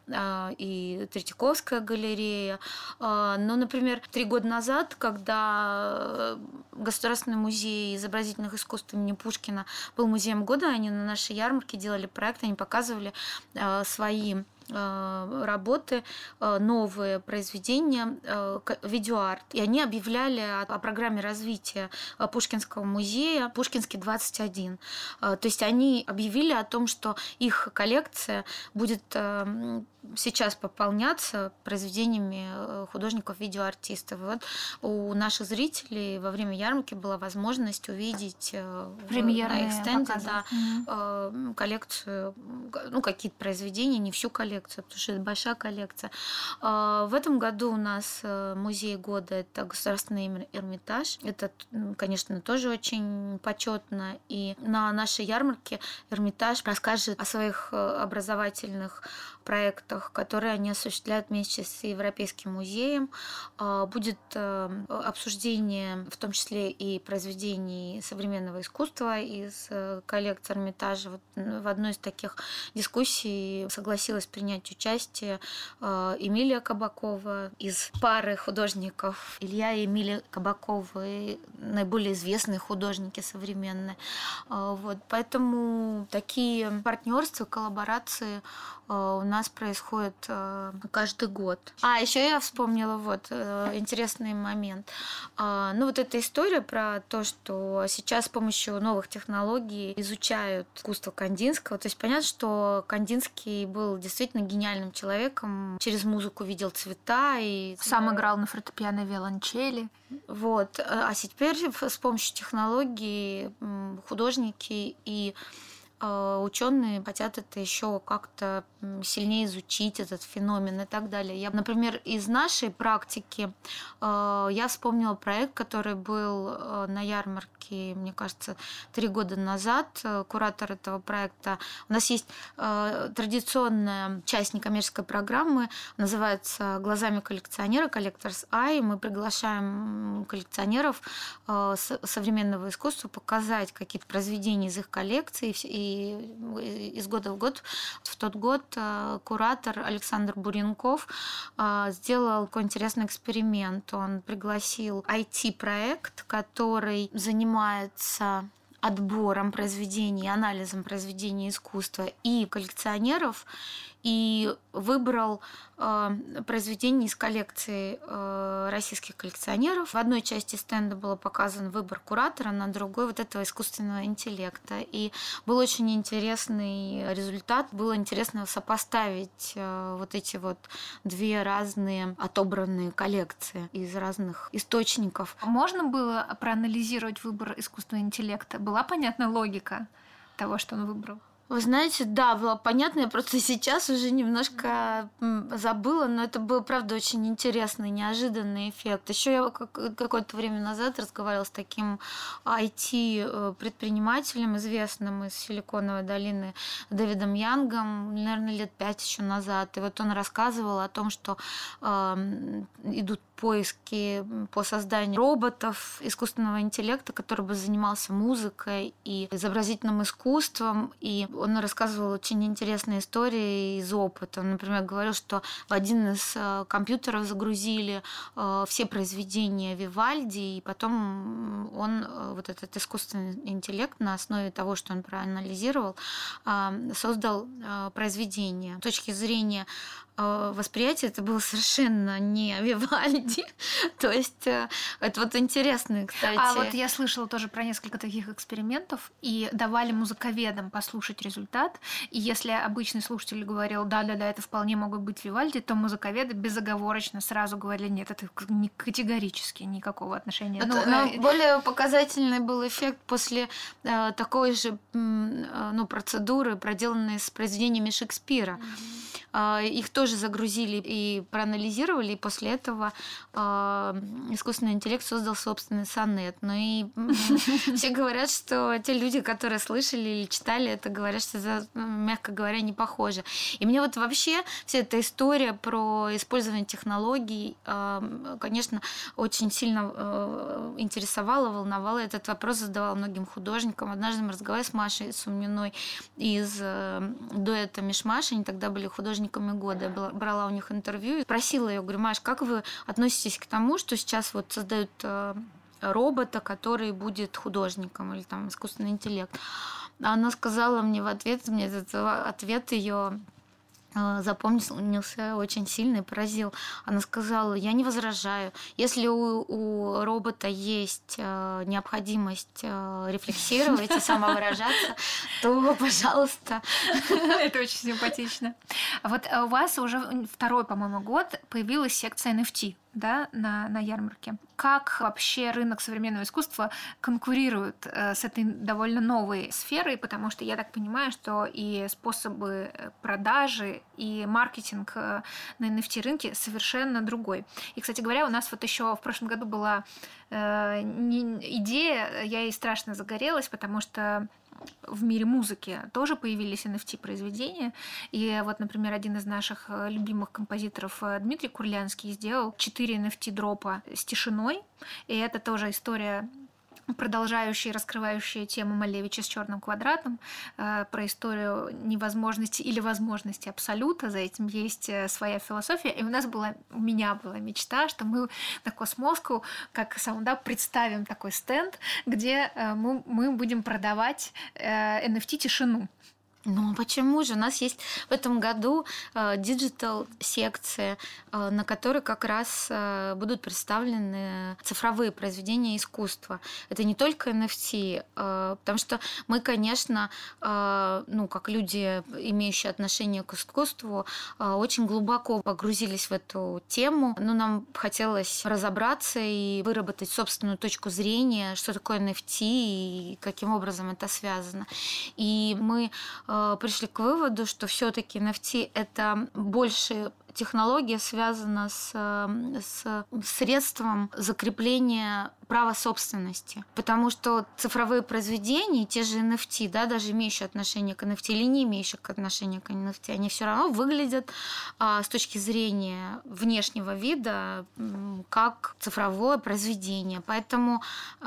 и Третьяковская галерея. Но, например, 3 года назад, когда Государственный музей изобразительных искусств имени Пушкина был музеем года, они на нашей ярмарке делали проект, они показывали свои работы, новые произведения, видеоарт. И они объявляли о программе развития Пушкинского музея «Пушкинский 21». То есть они объявили о том, что их коллекция будет сейчас пополняться произведениями художников-видеоартистов. Вот у наших зрителей во время ярмарки была возможность увидеть на экстенде коллекцию, какие-то произведения, не всю коллекцию, потому что это большая коллекция. В этом году у нас музей года – это Государственный Эрмитаж. Это, конечно, тоже очень почетно. И на нашей ярмарке Эрмитаж расскажет о своих образовательных проектах, которые они осуществляют вместе с Европейским музеем. Будет обсуждение, в том числе и произведений современного искусства из коллекции Эрмитажа. Вот в одной из таких дискуссий согласилась принять участие Эмилия Кабакова из пары художников. Илья и Эмилия Кабаковы – наиболее известные художники современные. Поэтому такие партнерства, коллаборации у нас происходит каждый год. Еще я вспомнила интересный момент. Эта история про то, что сейчас с помощью новых технологий изучают искусство Кандинского. То есть понятно, что Кандинский был действительно гениальным человеком. Через музыку видел цвета и сам играл на фортепиано и виолончели. А теперь с помощью технологий художники и ученые хотят это еще как-то сильнее изучить, этот феномен и так далее. Например, из нашей практики я вспомнила проект, который был на ярмарке, мне кажется, 3 года назад. Куратор этого проекта. У нас есть традиционная часть некоммерческой программы, называется «Глазами коллекционера», Collector's Eye. Мы приглашаем коллекционеров современного искусства показать какие-то произведения из их коллекции. И из года в год, в тот год куратор Александр Буренков сделал такой интересный эксперимент. Он пригласил IT-проект, который занимается отбором произведений, анализом произведений искусства и коллекционеров, и выбрал произведения из коллекции российских коллекционеров. В одной части стенда был показан выбор куратора, на другой этого искусственного интеллекта. И был очень интересный результат. Было интересно сопоставить эти 2 разные отобранные коллекции из разных источников. Можно было проанализировать выбор искусственного интеллекта? Была понятна логика того, что он выбрал? Вы знаете, да, было понятно, я просто сейчас уже немножко забыла, но это был, правда, очень интересный, неожиданный эффект. Еще я какое-то время назад разговаривала с таким IT-предпринимателем, известным из Силиконовой долины, Дэвидом Янгом, наверное, лет 5 еще назад. И он рассказывал о том, что идут поиски по созданию роботов искусственного интеллекта, который бы занимался музыкой и изобразительным искусством. И он рассказывал очень интересные истории из опыта. Он, например, говорил, что в один из компьютеров загрузили все произведения Вивальди, и потом он, этот искусственный интеллект, на основе того, что он проанализировал, создал произведение. С точки зрения восприятии это было совершенно не Вивальди. То есть это вот интересно, кстати. А вот я слышала тоже про несколько таких экспериментов, и давали музыковедам послушать результат. И если обычный слушатель говорил, да-да-да, это вполне могут быть Вивальди, то музыковеды безоговорочно сразу говорили, нет, это категорически никакого отношения. Но более показательный был эффект после такой же процедуры, проделанной с произведениями Шекспира. Их тоже загрузили и проанализировали, и после этого искусственный интеллект создал собственный сонет. Ну и все говорят, что те люди, которые слышали или читали это, говорят, что это, мягко говоря, не похоже. И мне вот вообще вся эта история про использование технологий, конечно, очень сильно интересовала, волновала. Этот вопрос задавала многим художникам. Однажды мы разговаривали с Машей Сумниной из дуэта «Мишмаш». Они тогда были художниками года. Я брала у них интервью и спросила ее, говорю, Маш, как вы относитесь к тому, что сейчас вот создают робота, который будет художником или там искусственный интеллект? Она сказала мне в ответ, мне этот ответ ее запомнился очень сильно и поразил. Она сказала, я не возражаю. Если у робота есть необходимость рефлексировать и самовыражаться, то, пожалуйста. Это очень симпатично. Вот у вас уже второй, по-моему, год появилась секция NFT, да, на ярмарке. Как вообще рынок современного искусства конкурирует с этой довольно новой сферой? Потому что я так понимаю, что и способы продажи, и маркетинг на NFT-рынке совершенно другой. И, кстати говоря, у нас вот еще в прошлом году была идея, я ей страшно загорелась, потому что в мире музыки тоже появились NFT-произведения. И вот, например, один из наших любимых композиторов Дмитрий Курлянский сделал 4 NFT-дропа с тишиной. И это тоже история, продолжающая и раскрывающая тему Малевича с черным квадратом, про историю невозможности или возможности абсолюта. За этим есть своя философия. И у меня была мечта, что мы на Космоску, как SoundUp, представим такой стенд, где мы будем продавать NFT-тишину. Ну, почему же? У нас есть в этом году диджитал-секция, на которой как раз будут представлены цифровые произведения искусства. Это не только NFT, потому что мы, конечно, как люди, имеющие отношение к искусству, очень глубоко погрузились в эту тему. Но нам хотелось разобраться и выработать собственную точку зрения, что такое NFT и каким образом это связано. И мы пришли к выводу, что все-таки NFT это больше технология, связана с средством закрепления права собственности. Потому что цифровые произведения, те же NFT, да, даже имеющие отношение к NFT или не имеющие отношения к NFT, они все равно выглядят с точки зрения внешнего вида как цифровое произведение. Поэтому,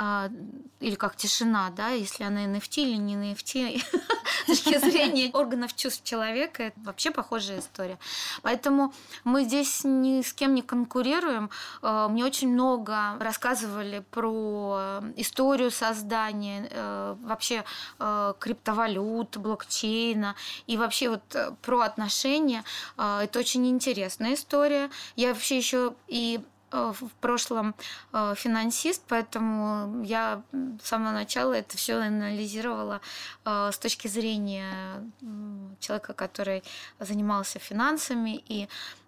или как тишина, да, если она NFT или не NFT, с точки зрения органов чувств человека, это вообще похожая история. Поэтому мы здесь ни с кем не конкурируем. Мне очень много рассказывали про историю создания вообще криптовалют, блокчейна и вообще вот про отношения. Это очень интересная история. Я вообще еще и в прошлом финансист, поэтому я с самого начала это все анализировала с точки зрения человека, который занимался финансами. И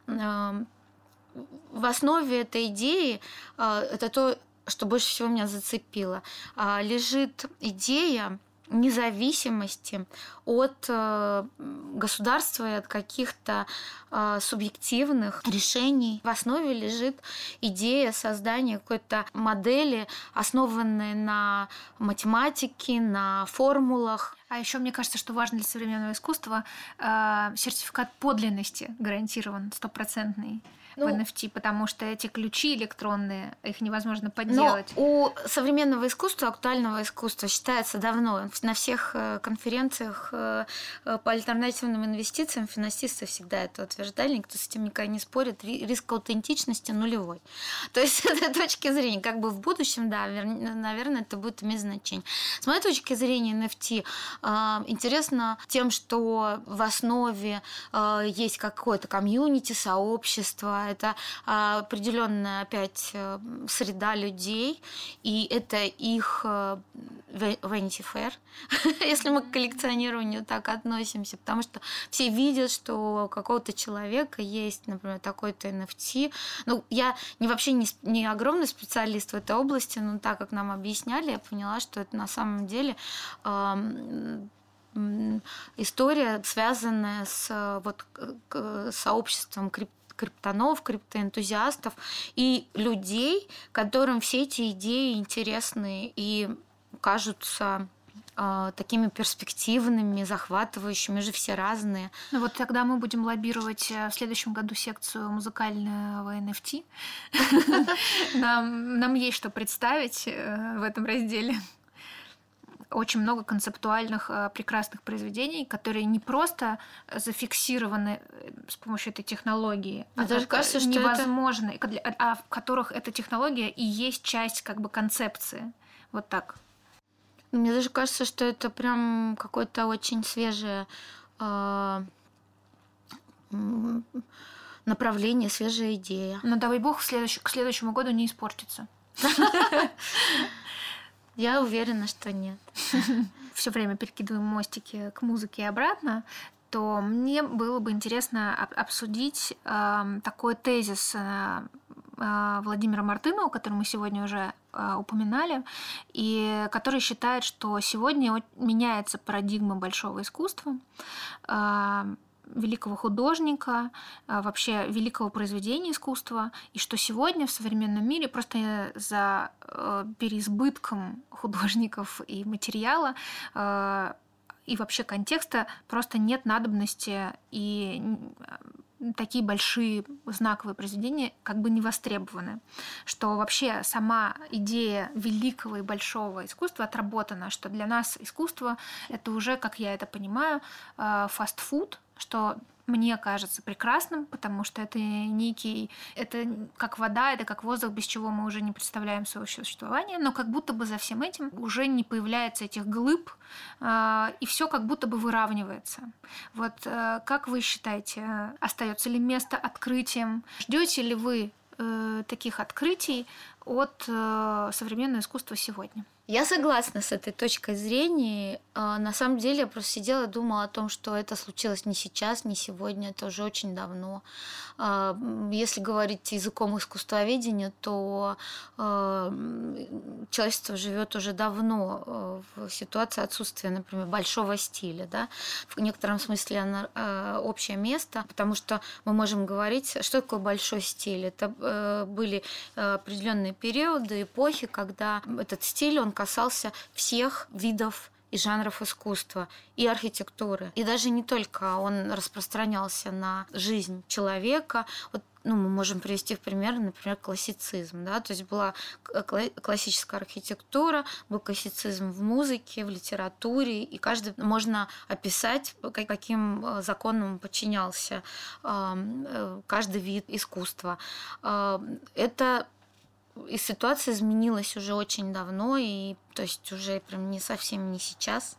в основе этой идеи это то, что больше всего меня зацепило. Лежит идея независимости от государства и от каких-то субъективных решений. В основе лежит идея создания какой-то модели, основанной на математике, на формулах. А еще мне кажется, что важно для современного искусства сертификат подлинности гарантирован 100%. в NFT, потому что эти ключи электронные, их невозможно подделать. Но у современного искусства, актуального искусства считается давно. На всех конференциях по альтернативным инвестициям финансисты всегда это утверждали, никто с этим никогда не спорит. Риск аутентичности нулевой. То есть с этой точки зрения, как бы в будущем, да, наверное, это будет иметь значение. С моей точки зрения, NFT интересно тем, что в основе есть какое-то комьюнити, сообщество, это определенная опять среда людей, и это их Vanity Fair, если мы к коллекционированию так относимся, потому что все видят, что у какого-то человека есть, например, такой-то NFT. Ну, я вообще не огромный специалист в этой области, но так как нам объясняли, я поняла, что это на самом деле история, связанная с сообществом криптонов, криптоэнтузиастов и людей, которым все эти идеи интересны и кажутся такими перспективными, захватывающими, мы же все разные. Ну вот тогда мы будем лоббировать в следующем году секцию музыкального NFT. Нам есть что представить в этом разделе. Очень много концептуальных прекрасных произведений, которые не просто зафиксированы с помощью этой технологии, а даже кажется, что невозможно, а в которых эта технология и есть часть как бы концепции. Вот так. Мне даже кажется, что это прям какое-то очень свежее направление, свежая идея. Но дай бог к следующему году не испортится. Я уверена, что нет. Все время перекидываем мостики к музыке и обратно, то мне было бы интересно обсудить такой тезис Владимира Мартынова, который мы сегодня уже упоминали, и который считает, что сегодня меняется парадигма большого искусства, великого художника, вообще великого произведения искусства, и что сегодня в современном мире просто за переизбытком художников и материала и вообще контекста просто нет надобности, и такие большие знаковые произведения как бы не востребованы. Что вообще сама идея великого и большого искусства отработана, что для нас искусство — это уже, как я это понимаю, фастфуд, что мне кажется прекрасным, потому что это как вода, это как воздух, без чего мы уже не представляем своего существования, но как будто бы за всем этим уже не появляется этих глыб, и все как будто бы выравнивается. Вот как вы считаете, остается ли место открытиям? Ждете ли вы таких открытий от современного искусства сегодня? Я согласна с этой точкой зрения. На самом деле я просто сидела и думала о том, что это случилось не сейчас, не сегодня, это уже очень давно. Если говорить языком искусствоведения, то человечество живет уже давно в ситуации отсутствия, например, большого стиля. Да? В некотором смысле оно общее место, потому что мы можем говорить, что такое большой стиль. Это были определенные периоды, эпохи, когда этот стиль, он касался всех видов и жанров искусства, и архитектуры. И даже не только он распространялся на жизнь человека. Вот, мы можем привести в пример, например, классицизм. Да? То есть была классическая архитектура, был классицизм в музыке, в литературе, и каждый можно описать, каким законам подчинялся каждый вид искусства. Это и ситуация изменилась уже очень давно, и то есть уже прям не совсем не сейчас.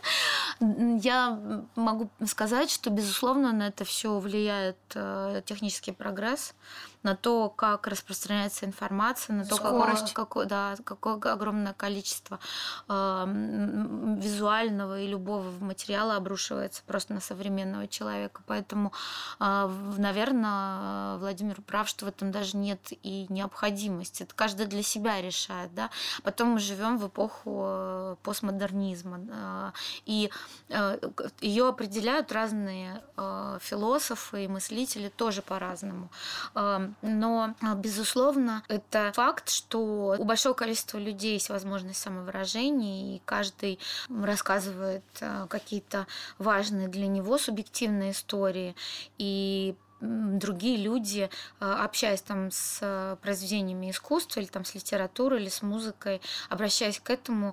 Я могу сказать, что, безусловно, на это все влияет технический прогресс, на то, как распространяется информация, на то, какое огромное количество визуального и любого материала обрушивается просто на современного человека. Поэтому, наверное, Владимир прав, что в этом даже нет и необходимости. Это каждый для себя решает. Да? Потом мы живем в эпоху постмодернизма. И ее определяют разные философы и мыслители тоже по-разному. Но, безусловно, это факт, что у большого количества людей есть возможность самовыражения, и каждый рассказывает какие-то важные для него субъективные истории. И другие люди, общаясь там с произведениями искусства или там с литературой или с музыкой, обращаясь к этому,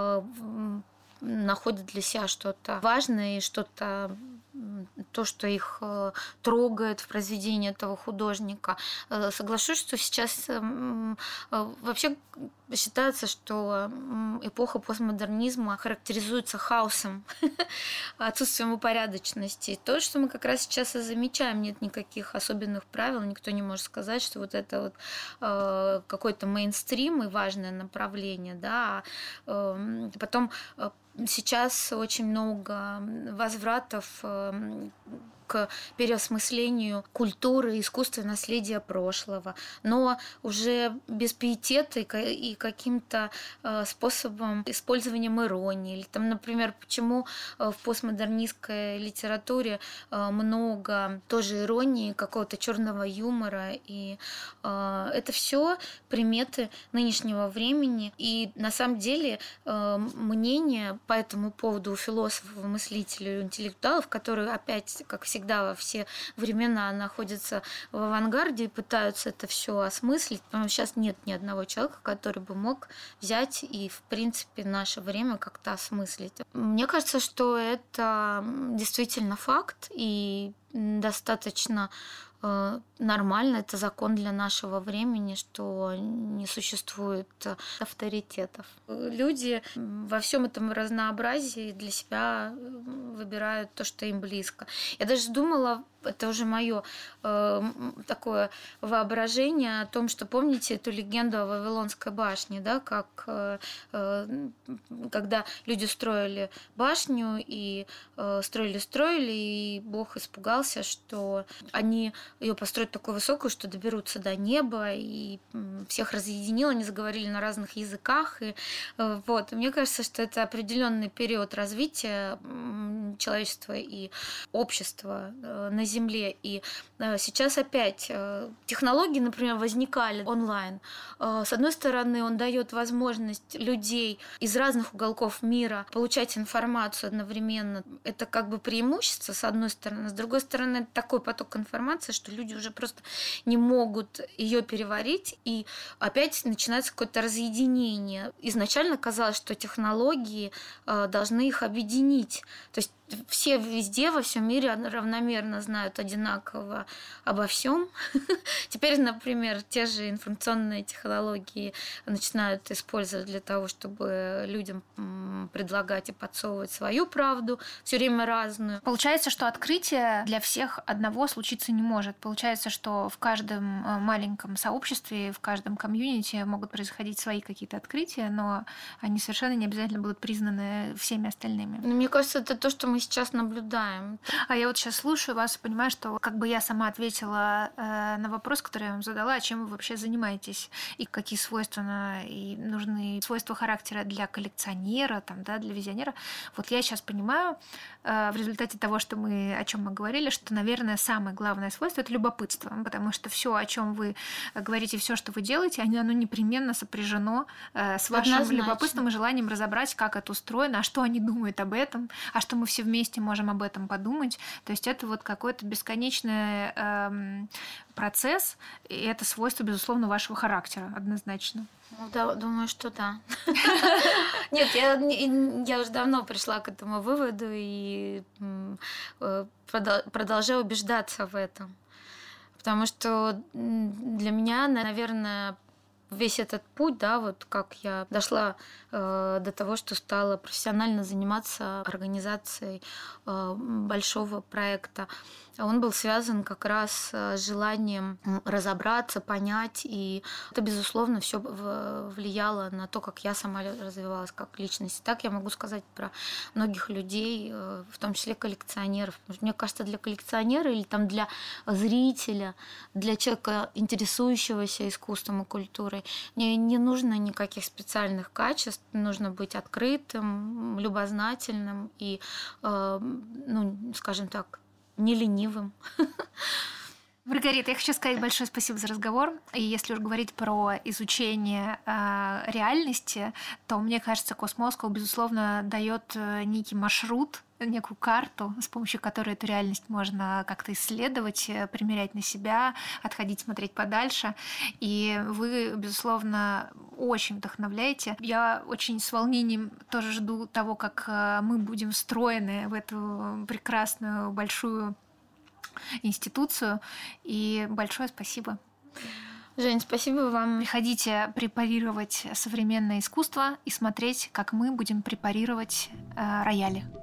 находят для себя что-то важное и что-то, то, что их трогает в произведении этого художника. Соглашусь, что сейчас вообще считается, что эпоха постмодернизма характеризуется хаосом, отсутствием упорядоченности. И то, что мы как раз сейчас и замечаем, нет никаких особенных правил, никто не может сказать, что вот это вот какой-то мейнстрим и важное направление, да. Потом сейчас очень много возвратов к переосмыслению культуры, искусства и наследия прошлого, но уже без пиетета и каким-то способом использованием иронии. Или там, например, почему в постмодернистской литературе много тоже иронии, какого-то черного юмора, и это все приметы нынешнего времени. И на самом деле мнение по этому поводу у философов, мыслителей, интеллектуалов, которые опять, как всегда, во все времена находятся в авангарде и пытаются это все осмыслить. Потому что сейчас нет ни одного человека, который бы мог взять и, в принципе, наше время как-то осмыслить. Мне кажется, что это действительно факт и достаточно нормально, это закон для нашего времени, что не существует авторитетов. Люди во всем этом разнообразии для себя выбирают то, что им близко. Я даже думала, это уже мое такое воображение о том, что помните эту легенду о Вавилонской башне, да, как когда люди строили башню и строили, и Бог испугался, что они ее построят такой высокую, что доберутся до неба, и всех разъединил, они заговорили на разных языках. И, вот. Мне кажется, что это определенный период развития человечества и общества на Земле. И сейчас опять технологии, например, возникали онлайн. С одной стороны, он дает возможность людей из разных уголков мира получать информацию одновременно. Это как бы преимущество, с одной стороны. С другой стороны, это такой поток информации, что люди уже просто не могут ее переварить, и опять начинается какое-то разъединение. Изначально казалось, что технологии должны их объединить. То есть все везде, во всем мире равномерно знают одинаково обо всем. Теперь, например, те же информационные технологии начинают использовать для того, чтобы людям предлагать и подсовывать свою правду, все время разную. Получается, что открытие для всех одного случиться не может. Получается, что в каждом маленьком сообществе, в каждом комьюнити могут происходить свои какие-то открытия, но они совершенно не обязательно будут признаны всеми остальными. Мне кажется, это то, что мы сейчас наблюдаем. А я вот сейчас слушаю вас и понимаю, что как бы я сама ответила на вопрос, который я вам задала, а чем вы вообще занимаетесь, и какие свойства и нужны свойства характера для коллекционера, там, да, для визионера. Вот я сейчас понимаю в результате того, что о чем мы говорили, что, наверное, самое главное свойство — это любопытство, потому что все, о чем вы говорите, все, что вы делаете, оно непременно сопряжено с вашим любопытством и желанием разобрать, как это устроено, а что они думают об этом, а что мы все вместе можем об этом подумать. То есть это вот какой-то бесконечный процесс, и это свойство, безусловно, вашего характера, однозначно. Да, думаю, что да. Нет, я уже давно пришла к этому выводу и продолжаю убеждаться в этом. Потому что для меня, наверное, весь этот путь, да, вот как я дошла до того, что стала профессионально заниматься организацией большого проекта, он был связан как раз с желанием разобраться, понять, и это, безусловно, все влияло на то, как я сама развивалась как личность. И так я могу сказать про многих людей, в том числе коллекционеров. Мне кажется, для коллекционера или там для зрителя, для человека, интересующегося искусством и культурой, мне не нужно никаких специальных качеств, нужно быть открытым, любознательным и, ну, скажем так, не ленивым. Маргарита, я хочу сказать большое спасибо за разговор. И если уж говорить про изучение реальности, то, мне кажется, Космоскоу, безусловно, дает некий маршрут, некую карту, с помощью которой эту реальность можно как-то исследовать, примерять на себя, отходить, смотреть подальше. И вы, безусловно, очень вдохновляете. Я очень с волнением тоже жду того, как мы будем встроены в эту прекрасную большую институцию. И большое спасибо. Жень, спасибо вам. Приходите препарировать современное искусство и смотреть, как мы будем препарировать рояли.